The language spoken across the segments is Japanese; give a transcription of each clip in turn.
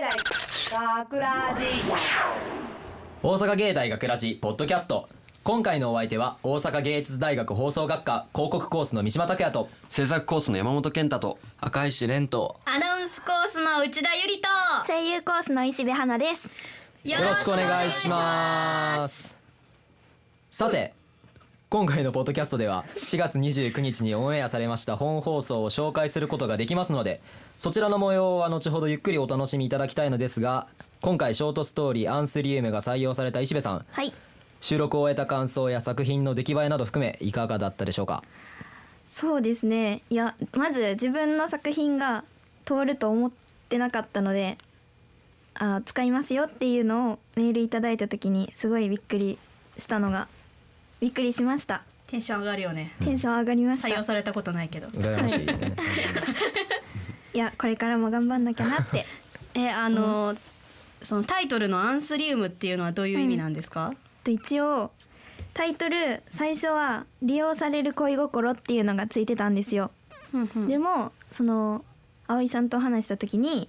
学ラジ大阪芸大学ラジポッドキャスト。今回のお相手は大阪芸術大学放送学科広告コースの三島拓也と制作コースの山本健太と赤石蓮とアナウンスコースの内田ゆりと声優コースの石部花です。 よろしくお願いします。さて今回のポッドキャストでは4月29日にオンエアされました本放送を紹介することができますので、そちらの模様は後ほどゆっくりお楽しみいただきたいのですが、今回ショートストーリーアンスリウムが採用された石部さん、 はい、 収録を終えた感想や作品の出来栄えなど含めいかがだったでしょうか？ そうですね、いやまず自分の作品が通ると思ってなかったので、使いますよっていうのをメールいただいた時にすごいびっくりしました。 テンション上がるよね。 テンション上がりました。 採用されたことないけど羨ましい、 いやこれからも頑張んなきゃなってそのタイトルのアンスリウムっていうのはどういう意味なんですか？ 一応タイトル最初は利用される恋心っていうのがついてたんですよ、でもその葵さんと話した時に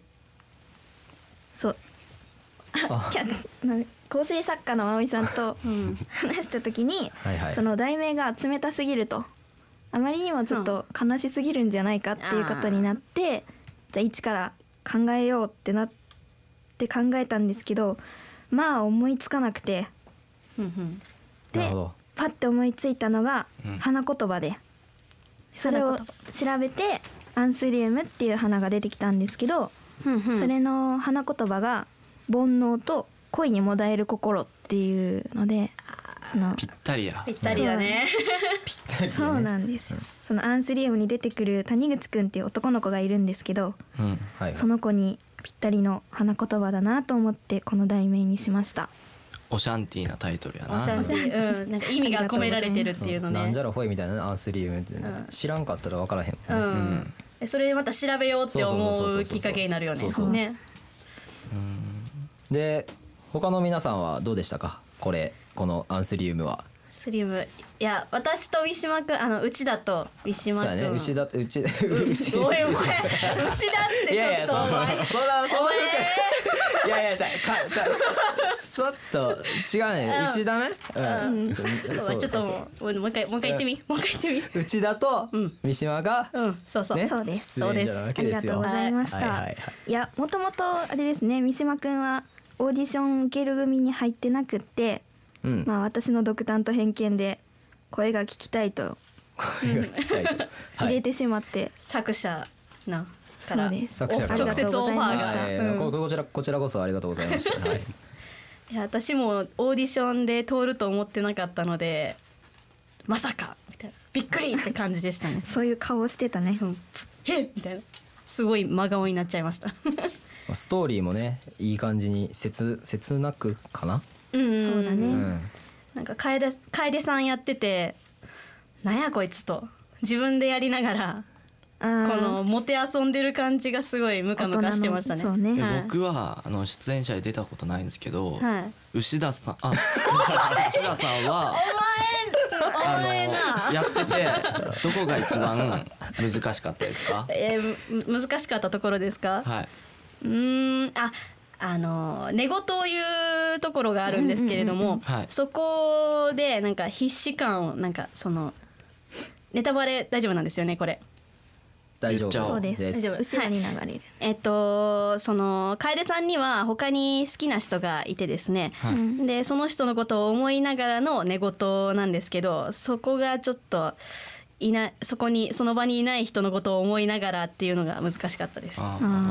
構成作家の葵さんと話した時にその題名が冷たすぎると、あまりにもちょっと悲しすぎるんじゃないかっていうことになって、じゃあ一から考えようってなって考えたんですけど、まあ思いつかなくて、でパッて思いついたのが花言葉で、それを調べてアンスリウムっていう花が出てきたんですけど、それの花言葉が煩悩と恋にもだえる心っていうので、 ぴったりやね。 そうなんですよ。そのアンスリウムに出てくる谷口くんっていう男の子がいるんですけど、その子にぴったりの花言葉だなと思ってこの題名にしました。 オシャンティーなタイトルやな。 オシャンティー、なんか意味が込められてるっていうのね。 なんじゃらほいみたいなアンスリウムって、知らんかったら分からへんもん、 それでまた調べようって思うきっかけになるよね。 で他の皆さんはどうでしたか？このアンスリウムは。 スリム、いや私と三島くん、内田と三島くん、そうやね、 牛だっておいお前牛だってちょっとお前いやじゃちょっと違うね、内田ね、 ちょっともう一回言ってみ内田と三島が、 そうですありがとうございました。いやもともとあれですね、三島くんはオーディション受ける組に入ってなくって、私の独断と偏見で声が聞きたいと入れてしまって、 作者なから直接オファーがこちらこそありがとうございました。いや私もオーディションで通ると思ってなかったので、まさかみたいな、びっくりって感じでしたね。 そういう顔してたね、 みたいな、すごい真顔になっちゃいましたストーリーもねいい感じに切なくかな。 そうだね、 なんか楓さんやってて、なんやこいつと自分でやりながらこのモテ遊んでる感じがすごいムカムカしてましたね。 僕は出演者で出たことないんですけど、牛田さんはお前やっててどこが一番難しかったですか？ 難しかったところですか？寝言を言うところがあるんですけれども、そこでなんか必死感を、なんかそのネタバレ大丈夫なんですよねこれ？ 大丈夫そうです。後ろに流れる。 その楓さんには他に好きな人がいてですね、でその人のことを思いながらの寝言なんですけど、そこがちょっとその場にいない人のことを思いながらっていうのが難しかったです。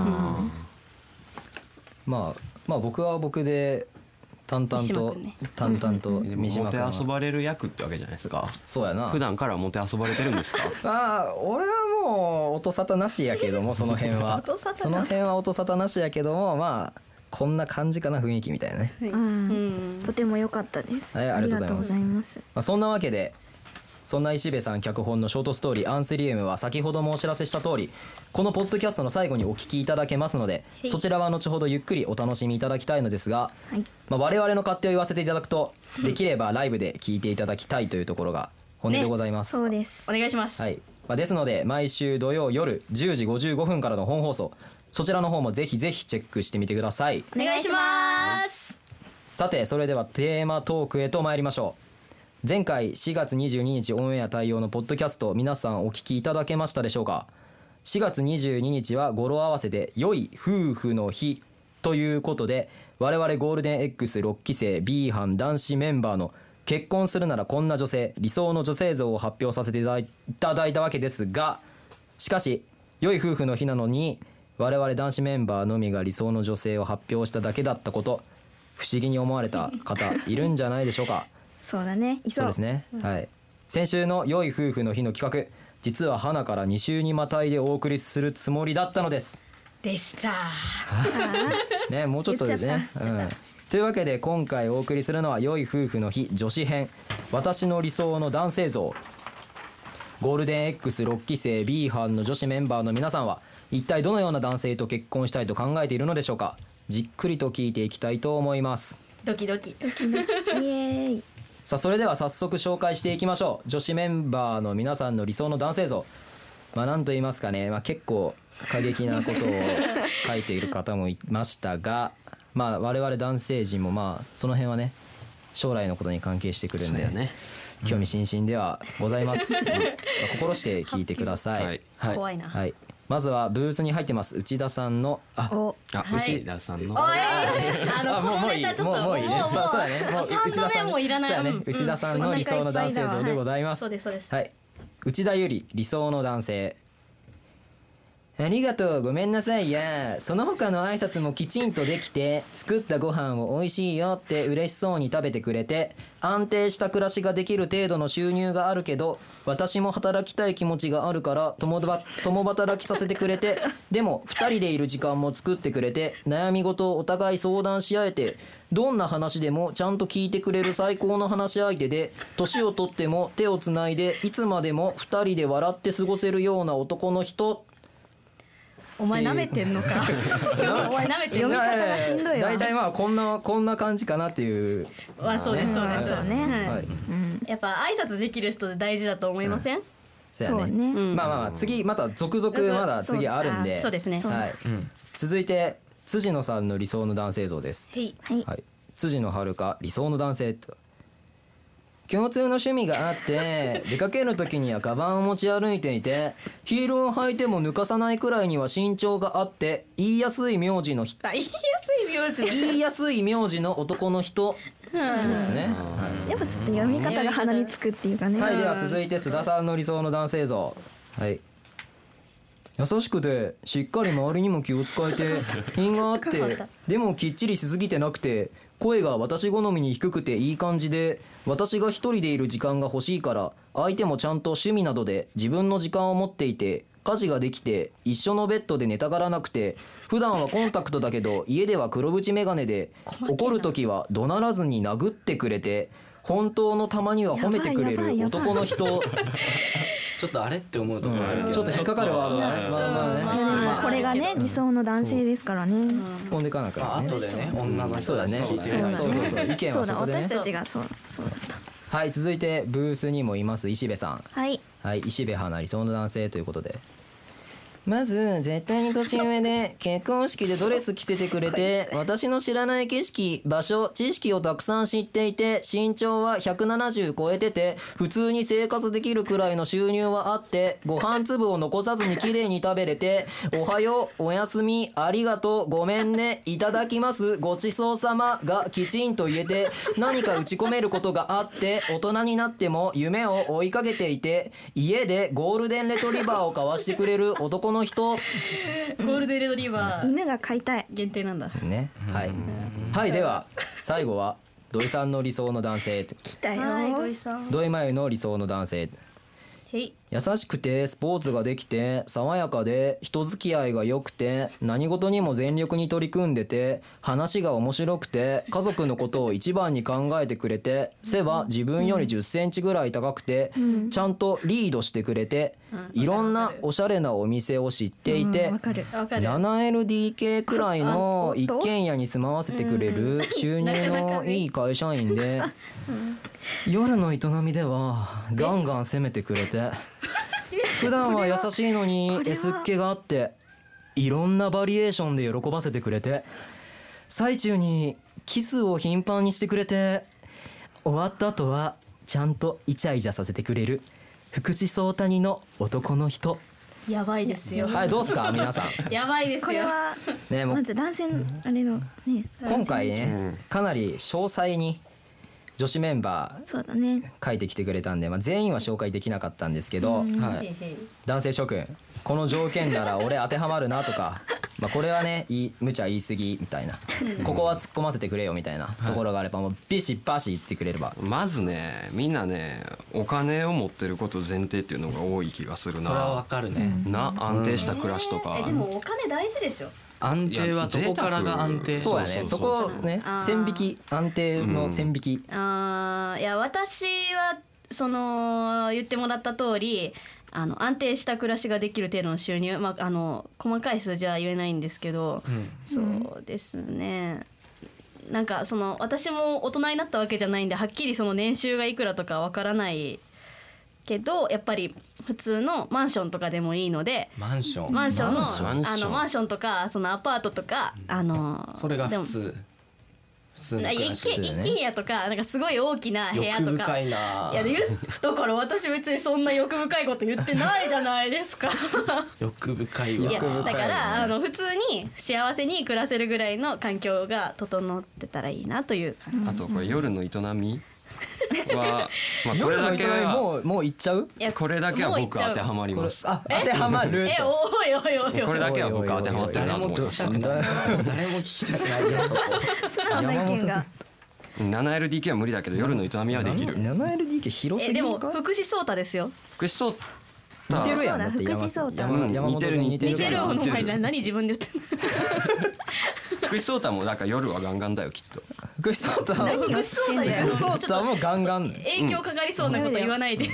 まあ僕は僕で淡々と三島君はモテ遊ばれる役ってわけじゃないですか。 そうやな。 普段からモテ遊ばれてるんですか？ 俺はもう音沙汰なしやけども、その辺はその辺は音沙汰なしやけども、まあこんな感じかな、雰囲気みたいなね。 とても良かったです。 ありがとうございます。そんなわけで、そんな石部さん脚本のショートストーリーアンスリウムは先ほどもお知らせした通り、このポッドキャストの最後にお聞きいただけますので、そちらは後ほどゆっくりお楽しみいただきたいのですが、我々の勝手を言わせていただくと、できればライブで聞いていただきたいというところが本音でございます。 そうです。 お願いします。 ですので毎週土曜夜10時55分からの本放送、 そちらの方もぜひぜひチェックしてみてください。 お願いします。 さてそれではテーマトークへと参りましょう。前回4月22日オンエア対応のポッドキャスト、皆さんお聞きいただけましたでしょうか。4月22日は語呂合わせで良い夫婦の日ということで、我々ゴールデン X6 期生 B 班男子メンバーの結婚するならこんな女性、理想の女性像を発表させていただいたわけですが、しかし良い夫婦の日なのに我々男子メンバーのみが理想の女性を発表しただけだったこと、不思議に思われた方いるんじゃないでしょうか。 そうだね、 そうですね、はい。先週の良い夫婦の日の企画、実は花から2週にまたいでお送りするつもりだったのですでしたね、もうちょっとでね、というわけで今回お送りするのは良い夫婦の日女子編、私の理想の男性像。ゴールデン X6 期生 B 班の女子メンバーの皆さんは一体どのような男性と結婚したいと考えているのでしょうか。じっくりと聞いていきたいと思います。 ドキドキイエーイ。 さあそれでは早速紹介していきましょう。女子メンバーの皆さんの理想の男性像、何と言いますかね、結構過激なことを書いている方もいましたが、我々男性陣もその辺はね将来のことに関係してくるんで、ね、興味津々ではございます、心して聞いてください。 怖いな、 はい。まずはブースに入ってます内田さんの内田さんのこのネタちょっともういいね。そうだね。もう内田さんもいらない。 そうだね。内田さんの理想の男性像でございます。 そうですそうです。 はい。内田ゆり理想の男性。ありがとう、ごめんなさいや。その他の挨拶もきちんとできて、作ったご飯を美味しいよって嬉しそうに食べてくれて、安定した暮らしができる程度の収入があるけど、私も働きたい気持ちがあるから共働きさせてくれて、でも2人でいる時間も作ってくれて、悩み事をお互い相談し合えて、どんな話でもちゃんと聞いてくれる最高の話し相手で、年を取っても手をつないでいつまでも2人で笑って過ごせるような男の人。 お前舐めてんのかお前舐めてんのか。 読み方がしんどいわ。 大体こんな感じかなっていう。 そうですそうです。 そうね。 はい。 やっぱ挨拶できる人大事だと思いません？ そうね。 次また続々まだ次あるんで。 そうですね。 はい。続いて辻野さんの理想の男性像です。 はい。 辻野遥理想の男性と。共通の趣味があって出かける時にはカバンを持ち歩いていて、ヒールを履いても抜かさないくらいには身長があって、言いやすい名字の男の人ってことですね。 やっぱちょっと読み方が鼻につくっていうかね。 はい。では続いて須田さんの理想の男性像。はい。優しくてしっかり周りにも気を使えて品があって、でもきっちりしすぎてなくて、声が私好みに低くていい感じで、私が一人でいる時間が欲しいから、相手もちゃんと趣味などで自分の時間を持っていて、家事ができて一緒のベッドで寝たがらなくて、普段はコンタクトだけど家では黒縁眼鏡で、怒る時は怒鳴らずに殴ってくれて、本当のたまには褒めてくれる男の人。 ちょっとあれって思うところあるけど、 ちょっと引っかかるワードだね。 これがね理想の男性ですからね。 突っ込んでいかなきゃね。 後でね女の人だね。そう意見はそこでね。 私たちがそうだった。 はい。続いてブースにもいます石部さん。 はい。 石部花理想の男性ということで、まず絶対に年上で結婚式でドレス着せてくれて、私の知らない景色、場所、知識をたくさん知っていて、身長は170超えてて、普通に生活できるくらいの収入はあって、ご飯粒を残さずに綺麗に食べれて、おはよう、おやすみ、ありがとう、ごめんね、いただきます、ごちそうさまがきちんと言えて、何か打ち込めることがあって、大人になっても夢を追いかけていて、家でゴールデンレトリバーを交わしてくれる男の人。 ゴールデンレトリバー犬が飼いたい限定なんだね。はい。はい。では最後は土井さんの理想の男性。 来たよ。 土井真由の理想の男性。優しくてスポーツができて爽やかで人付き合いが良くて何事にも全力に取り組んでて話が面白くて家族のことを一番に考えてくれて背は自分より10センチぐらい高くてちゃんとリードしてくれていろんなおしゃれなお店を知っていて 7LDK くらいの一軒家に住まわせてくれる収入のいい会社員で夜の営みではガンガン攻めてくれて普段は優しいのに S っ気があっていろんなバリエーションで喜ばせてくれて、最中にキスを頻繁にしてくれて、終わった後はちゃんとイチャイチャさせてくれる福士蒼汰の男の人。 やばいですよ。 はい、どうすか皆さん。 やばいですよ。 これはね、もうまず男性のあれのね今回ね、かなり詳細に女子メンバそうだねー書いてきてくれたんで、全員は紹介できなかったんですけど、はい、男性諸君この条件なら俺当てはまるなとかこれはね無茶言い過ぎみたいな、ここは突っ込ませてくれよみたいなところがあれば、もうビシバシ言ってくれれば。 まずね、みんなねお金を持ってること前提っていうのが多い気がするな。 それはわかるね。 安定した暮らしとか。 でもお金大事でしょ。 安定はどこからが安定？ そうやね、そこね、線引き、安定の線引き。 いや私はその言ってもらった通り、安定した暮らしができる程度の収入、細かい数字は言えないんですけど、そうですね。なんかその私も大人になったわけじゃないんで、はっきりその年収がいくらとかわからないけど、やっぱり普通のマンションとかでもいいので、マンションとかそのアパートとかそれが普通。 一軒家とかなんかすごい大きな部屋とか。 欲深いな。 いやだから私別にそんな欲深いこと言ってないじゃないですか。 欲深いわ。 いやだから普通に幸せに暮らせるぐらいの環境が整ってたらいいなという感じ。 あとこれ夜の営みはこれだけはもう言っちゃう？ これだけは僕当てはまります。 当てはまると。 おいおいおいおい。 これだけは僕当てはまってるなと思いました。 誰も聞きたくないよそこ。 素直な意見が。 7LDK は無理だけど夜の営みはできる。 7LDK 広すぎるか？ でも福士蒼汰ですよ。 福士蒼汰似てるやん。 福士蒼汰。 似てる似てる。お前何自分で言ってんの？ 福士蒼汰もだから夜はガンガンだよきっと。 福士蒼汰もガンガン。 影響かかりそうなこと言わないで。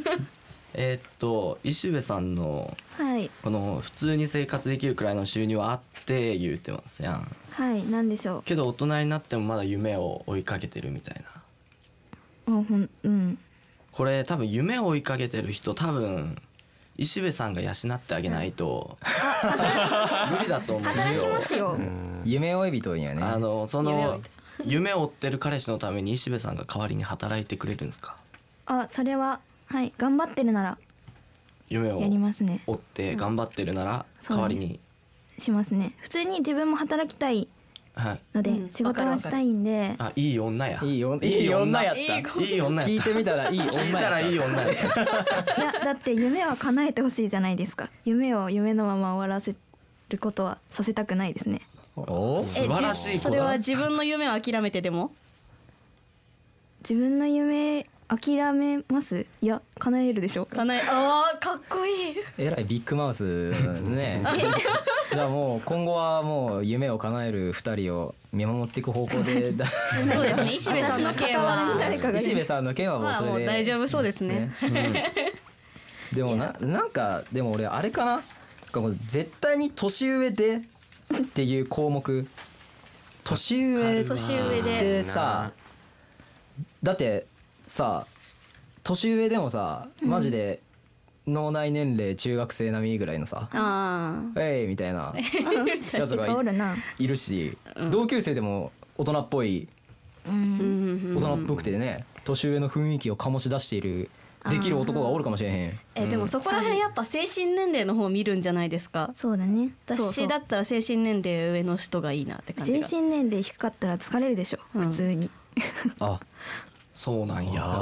石部さんのこの普通に生活できるくらいの収入はあって言ってますやん。 はい、なんでしょう。 けど大人になってもまだ夢を追いかけてるみたいな。これ多分夢を追いかけてる人、多分石部さんが養ってあげないと無理だと思うよ。 働きますよ。 夢追い人にはね。 その夢を追ってる彼氏のために石部さんが代わりに働いてくれるんですか？ それははい頑張ってるなら夢をやりますね。 追って頑張ってるなら代わりにしますね。普通に自分も働きたいので仕事はしたいんで。 いい女や。 いい女やった。 いい女やった。 聞いてみたらいい女やった。 聞いたらいい女やった。 いやだって夢は叶えてほしいじゃないですか。夢を夢のまま終わらせることはさせたくないですね。 素晴らしい。 それは自分の夢を諦めてでも？ 自分の夢諦めます？いや叶えるでしょうか。 かっこいい。 えらいビッグマウスね。じゃあもう今後はもう夢を叶える2人を見守っていく方向で。 そうですね。石部さんの件は石部さんの件はもうそれで大丈夫そうですね。 でもなんかでも俺あれかな。絶対に年上でっていう項目。年上でさ、だってさ年上でもさマジで脳内年齢中学生並みぐらいのさみたいなやつがいるし、同級生でも大人っぽい大人っぽくてね、年上の雰囲気を醸し出しているできる男がおるかもしれへん。 でもそこら辺やっぱ精神年齢の方を見るんじゃないですか。 そうだね。 私だったら精神年齢上の人がいいなって感じが。 精神年齢低かったら疲れるでしょ普通に。 そうなんや。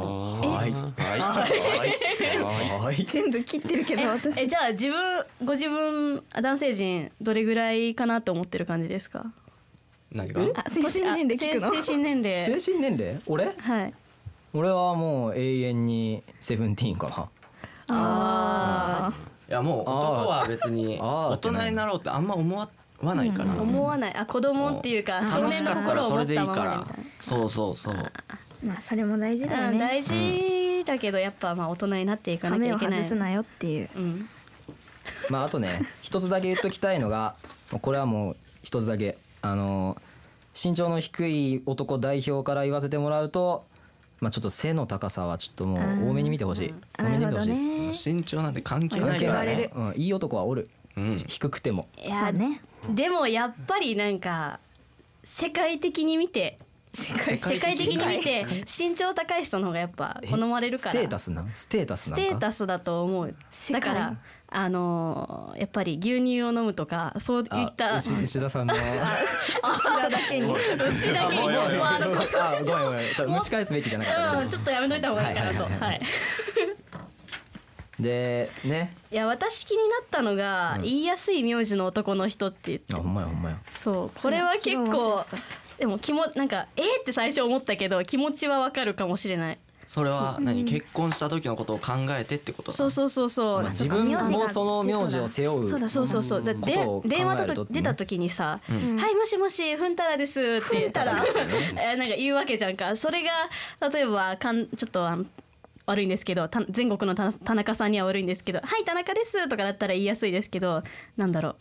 全部切ってるけど私。 じゃあご自分男性陣どれぐらいかなと思ってる感じですか？ 何が？ 精神年齢聞くの？ 精神年齢。 精神年齢？俺？ はい。 俺はもう永遠に17かな。 いやもう男は別に大人になろうってあんま思わないから。 思わない。子供っていうか少年の心を持ったままみたいな。 そう。 まあそれも大事だよね。 大事だけどやっぱ大人になっていかなきゃいけない。 羽目を外すなよっていう。 あとね一つだけ言っときたいのが、これはもう一つだけ身長の低い男代表から言わせてもらうと、ちょっと背の高さはちょっともう多めに見てほしい。多めに見てほしいです。 身長なんて関係ないからね。 いい男はおる。 低くても。 いやね、でもやっぱりなんか世界的に見て身長高い人の方がやっぱ好まれるから。 ステータスだと思う。だからやっぱり牛乳を飲むとかそういった石田さんの牛だけにごめん蒸し返すべきじゃなかった。 ちょっとやめといた方がいいかなと。 でね、 いや私気になったのが、言いやすい名字の男の人って言って。 ほんまや。 そうこれは結構でもなんかって最初思ったけど気持ちはわかるかもしれない。 それは結婚した時のことを考えてってことだ。 そう、 自分もその名字を背負う。 そうだって電話と出た時にさ、はいもしもしふんたらですって言ったらなんか言うわけじゃんか。それが例えばちょっと悪いんですけど、全国の田中さんには悪いんですけど、はい田中ですとかだったら言いやすいですけど、なんだろう、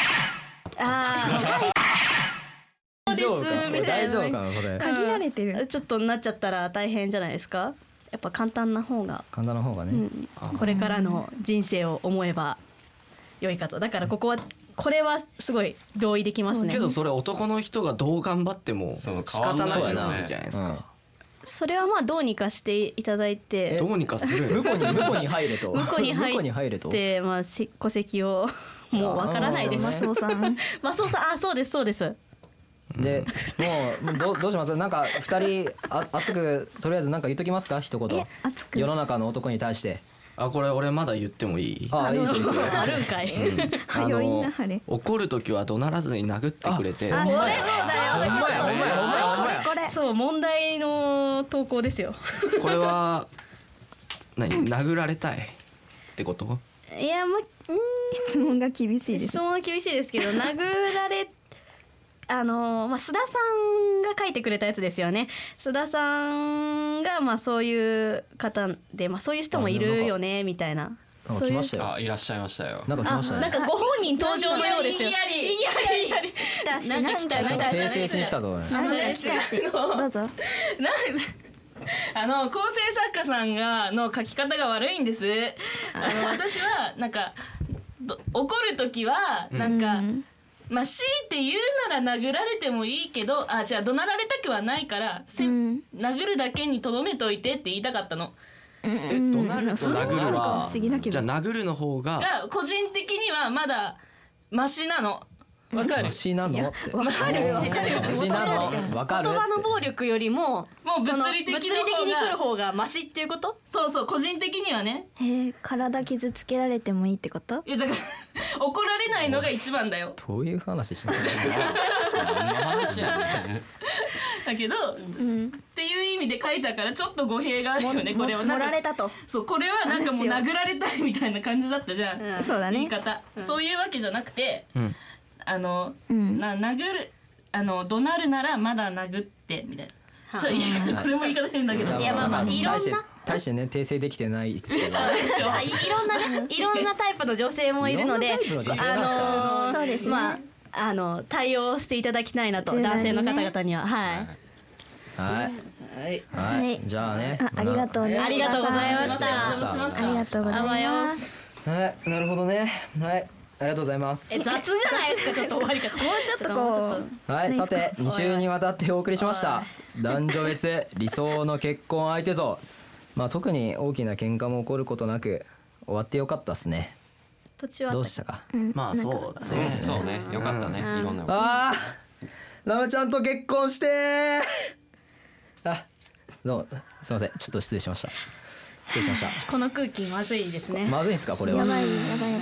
大丈夫かなこれ。 限られてる。 ちょっとなっちゃったら大変じゃないですか。やっぱ簡単な方がね、これからの人生を思えば良いかと。だからこれはすごい同意できますね。 けどそれ男の人がどう頑張っても仕方ないじゃないですか。 それはまあどうにかしていただいて。 どうにかする。 向こうに入れと。 向こうに入ってまあ戸籍をもうわからないです。 マスオさん、 そうです。 でもうどうします。なんか2人熱くとりあえずなんか言っときますか一言。世の中の男に対して。 これ俺まだ言ってもいい？ いいですよ。 あるんかい。 怒る時は怒鳴らずに殴ってくれて。 これそうだよ。これそう問題の投稿ですよ。 これは殴られたいってこと？ いや質問が厳しいです。 質問は厳しいですけど殴られ須田さんが書いてくれたやつですよね。須田さんがそういう方で、そういう人もいるよねみたいな。 来ましたよ。 いらっしゃいましたよ。 なんか来ましたね。 なんかご本人登場のようですよ。いや来たし、なんか来た訂正しに来たぞ。 どうぞ。 構成作家さんの書き方が悪いんです。私はなんか怒るときはなんか。強いて言うなら殴られてもいいけど、じゃあ怒鳴られたくはないから殴るだけにとどめといてって言いたかったの。 怒鳴ると殴るはじゃあ殴るの方が個人的にはまだマシなの。わかる？ マシなの？わかる。 マシなの？わかる。言葉の暴力よりも物理的に来る方がマシっていうこと？ そう個人的にはね。 体傷つけられてもいいってこと？ いやだから怒られないのが一番だよ。 どういう話してるの？ だけど、っていう意味で書いたからちょっと語弊があるよね。これは盛られたと。 そうこれはなんかもう殴られたいみたいな感じだったじゃん。 そうだね。 言い方。そういうわけじゃなくて。殴る怒鳴るならまだ殴ってみたいな。これも言い方変だけど。 いやいろんな大してね訂正できてないですけど。 いろんなタイプの女性もいるので、 そうですね。 対応していただきたいなと男性の方々にははいじゃあね。 ありがとうございました。 ありがとうございました。 ありがとうございます。 なるほどね。ありがとうございます。 雑じゃないですか。ちょっと終わり方。 もうちょっとこう。 はい、さて2週にわたってお送りしました男女別理想の結婚相手像。特に大きな喧嘩も起こることなく終わってよかったっすね。 途中はどうしたか。 そうだね。 そうね、よかったね。いろんな。 ラムちゃんと結婚してどうもすいません、ちょっと失礼しました。 この空気まずいですね。 まずいんですかこれは。 やばい。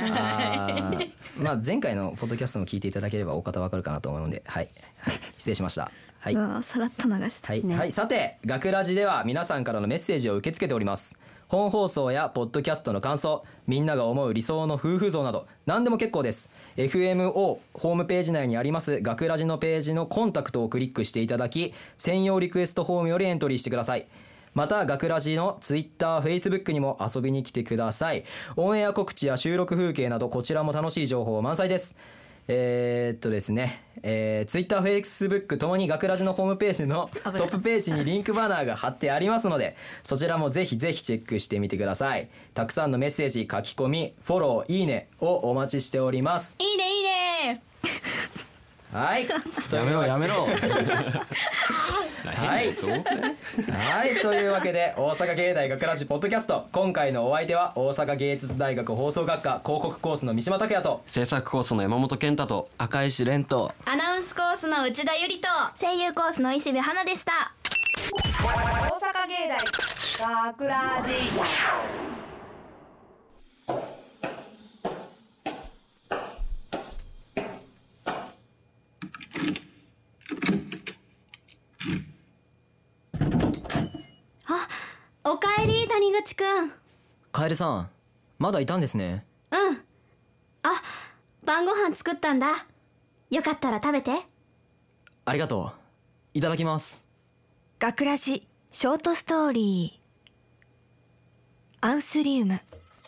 前回のポッドキャストも聞いていただければ大方わかるかなと思うので、失礼しました。 さらっと流した。 さて学ラジでは皆さんからのメッセージを受け付けております。本放送やポッドキャストの感想、みんなが思う理想の夫婦像など何でも結構です。 FMO ホームページ内にあります学ラジのページのコンタクトをクリックしていただき、専用リクエストフォームよりエントリーしてください。また学ラジの Twitter、Facebook にも遊びに来てください。オンエア告知や収録風景などこちらも楽しい情報満載です。ですね、 Twitter、Facebook ともに学ラジのホームページのトップページにリンクバナーが貼ってありますので、そちらもぜひぜひチェックしてみてください。たくさんのメッセージ、書き込み、フォロー、いいねをお待ちしております。 いいねいいね。 はい、 やめろやめろはい、はい、というわけで大阪芸大学ラジポッドキャスト、今回のお相手は大阪芸術大学放送学科広告コースの三島拓也と、 制作コースの山本健太と、 赤石蓮と、 アナウンスコースの内田ゆりと、 声優コースの石部花でした。 大阪芸大学ラジ。 おかえり谷口くん。 楓さん、まだいたんですね。 うん。あ、晩ご飯作ったんだ。よかったら食べて。 ありがとう。いただきます。 学ラジショートストーリー、アンスリウム。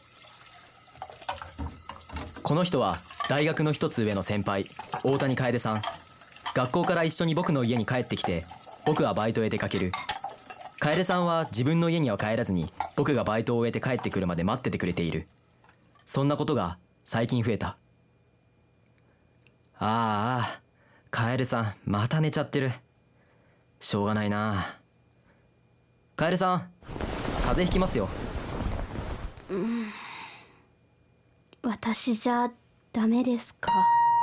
この人は大学の一つ上の先輩、大谷楓さん。学校から一緒に僕の家に帰ってきて、僕はバイトへ出かける。楓さんは自分の家には帰らずに、僕がバイトを終えて帰ってくるまで待っててくれている。そんなことが最近増えた。楓さんまた寝ちゃってる。しょうがないな。楓さん、風邪ひきますよ。 私じゃダメですか？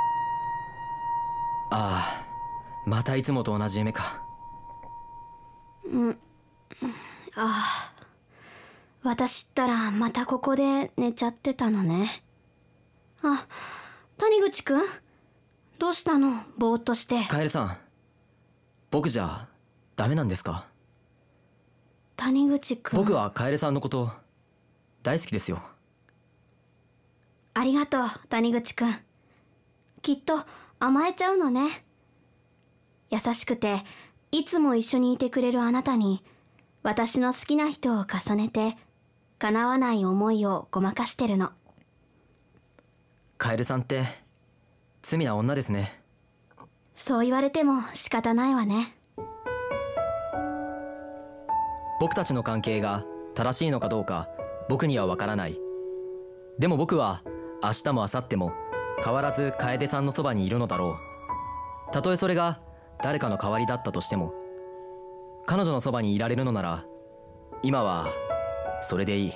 またいつもと同じ夢か。 私ったらまたここで寝ちゃってたのね。谷口くん、どうしたの？ぼーっとして。 楓さん、僕じゃダメなんですか？ 谷口くん、 僕は楓さんのこと大好きですよ。 ありがとう谷口くん。きっと甘えちゃうのね。優しくていつも一緒にいてくれるあなたに、私の好きな人を重ねて叶わない思いをごまかしてるの。 楓さんって罪な女ですね。 そう言われても仕方ないわね。 僕たちの関係が正しいのかどうか僕にはわからない。でも僕は明日も明後日も変わらず楓さんのそばにいるのだろう。たとえそれが誰かの代わりだったとしても、彼女のそばにいられるのなら今はそれでいい。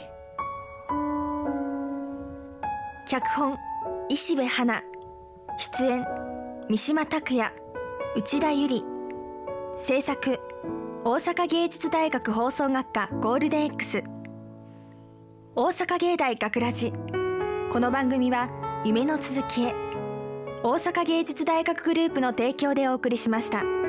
脚本石部花、出演三島拓也、内田ゆり、制作大阪芸術大学放送学科ゴールデン X、 大阪芸大学ラジ。この番組は夢の続きへ、大阪芸術大学グループの提供でお送りしました。